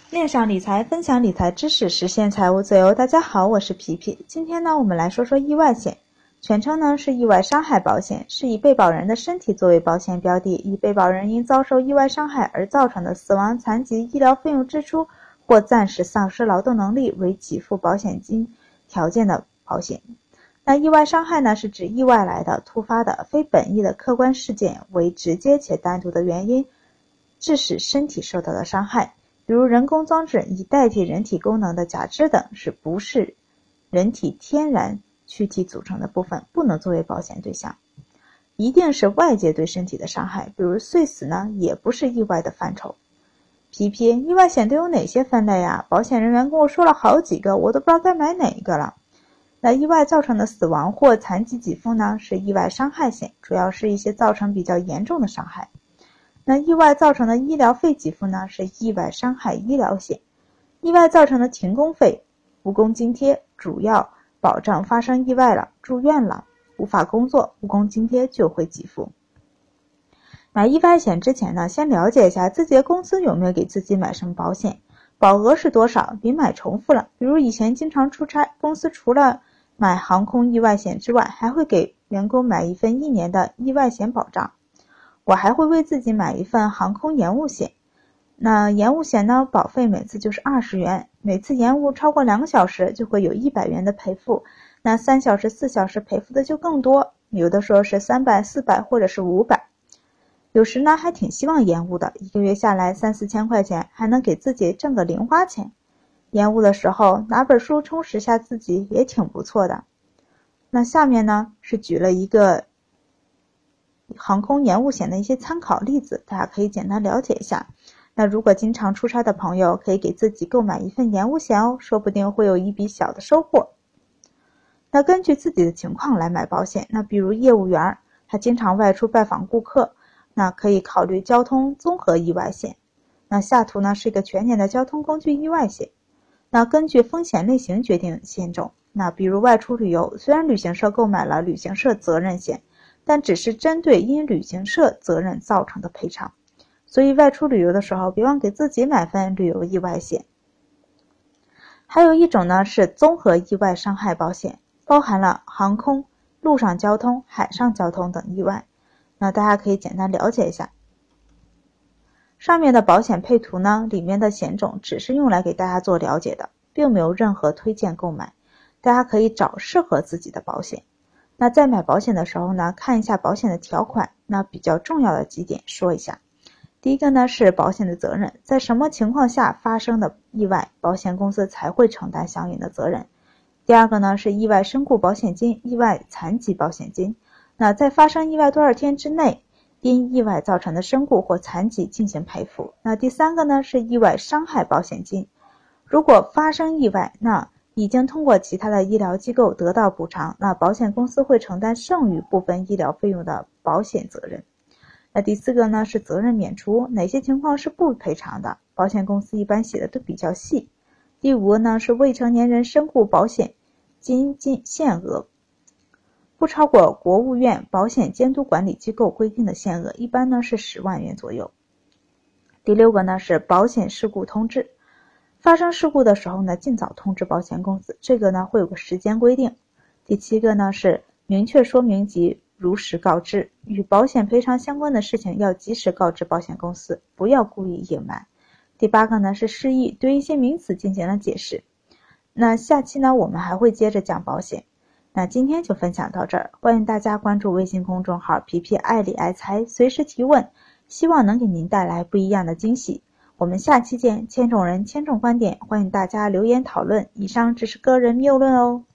链上理财，分享理财知识，实现财务自由。大家好，我是皮皮。今天呢，我们来说说意外险。全称呢是意外伤害保险，是以被保人的身体作为保险标的，以被保人因遭受意外伤害而造成的死亡、残疾、医疗费用支出或暂时丧失劳动能力为给付保险金条件的保险。那意外伤害呢，是指意外来的、突发的、非本意的客观事件为直接且单独的原因，致使身体受到的伤害。比如人工装置以代替人体功能的假肢等，是不是人体天然躯体组成的部分，不能作为保险对象。一定是外界对身体的伤害，比如碎死呢，也不是意外的范畴。皮皮，意外险都有哪些分类啊？保险人员跟我说了好几个，我都不知道该买哪一个了。那意外造成的死亡或残疾给付呢，是意外伤害险，主要是一些造成比较严重的伤害。那意外造成的医疗费给付呢，是意外伤害医疗险。意外造成的停工费、误工津贴，主要保障发生意外了、住院了、无法工作，误工津贴就会给付。买意外险之前呢，先了解一下自己的公司有没有给自己买什么保险，保额是多少，别买重复了。比如以前经常出差，公司除了买航空意外险之外，还会给员工买一份1年的意外险保障。我还会为自己买一份航空延误险。那延误险呢，保费每次就是20元，每次延误超过2个小时就会有100元的赔付，那3小时、4小时赔付的就更多，有的时候是300、400或者是500。有时呢还挺希望延误的，1个月下来3、4千块钱，还能给自己挣个零花钱。延误的时候拿本书充实下自己也挺不错的。那下面呢是举了一个航空延误险的一些参考例子，大家可以简单了解一下。那如果经常出差的朋友，可以给自己购买一份延误险哦，说不定会有一笔小的收获。那根据自己的情况来买保险，那比如业务员他经常外出拜访顾客，那可以考虑交通综合意外险。那下图呢是一个全年的交通工具意外险。那根据风险类型决定险种，那比如外出旅游，虽然旅行社购买了旅行社责任险，但只是针对因旅行社责任造成的赔偿，所以外出旅游的时候别忘给自己买份旅游意外险。还有一种呢是综合意外伤害保险，包含了航空、陆上交通、海上交通等意外。那大家可以简单了解一下。上面的保险配图呢，里面的险种只是用来给大家做了解的，并没有任何推荐购买，大家可以找适合自己的保险。那在买保险的时候呢，看一下保险的条款，那比较重要的几点说一下。第一个呢是保险的责任，在什么情况下发生的意外，保险公司才会承担相应的责任。第二个呢是意外身故保险金、意外残疾保险金，那在发生意外多少天之内，因意外造成的身故或残疾进行赔付。那第三个呢是意外伤害保险金，如果发生意外，那已经通过其他的医疗机构得到补偿，那保险公司会承担剩余部分医疗费用的保险责任。那第四个呢是责任免除，哪些情况是不赔偿的，保险公司一般写的都比较细。第五个呢是未成年人身故保险金限额，不超过国务院保险监督管理机构规定的限额，一般呢是10万元左右。第六个呢是保险事故通知，发生事故的时候呢，尽早通知保险公司，这个呢会有个时间规定。第七个呢是明确说明及如实告知，与保险赔偿相关的事情要及时告知保险公司，不要故意隐瞒。第八个呢是释义，对一些名词进行了解释。那下期呢我们还会接着讲保险。那今天就分享到这儿，欢迎大家关注微信公众号皮皮爱理爱财，随时提问，希望能给您带来不一样的惊喜。我们下期见，千种人千种观点，欢迎大家留言讨论，以上只是个人谬论哦。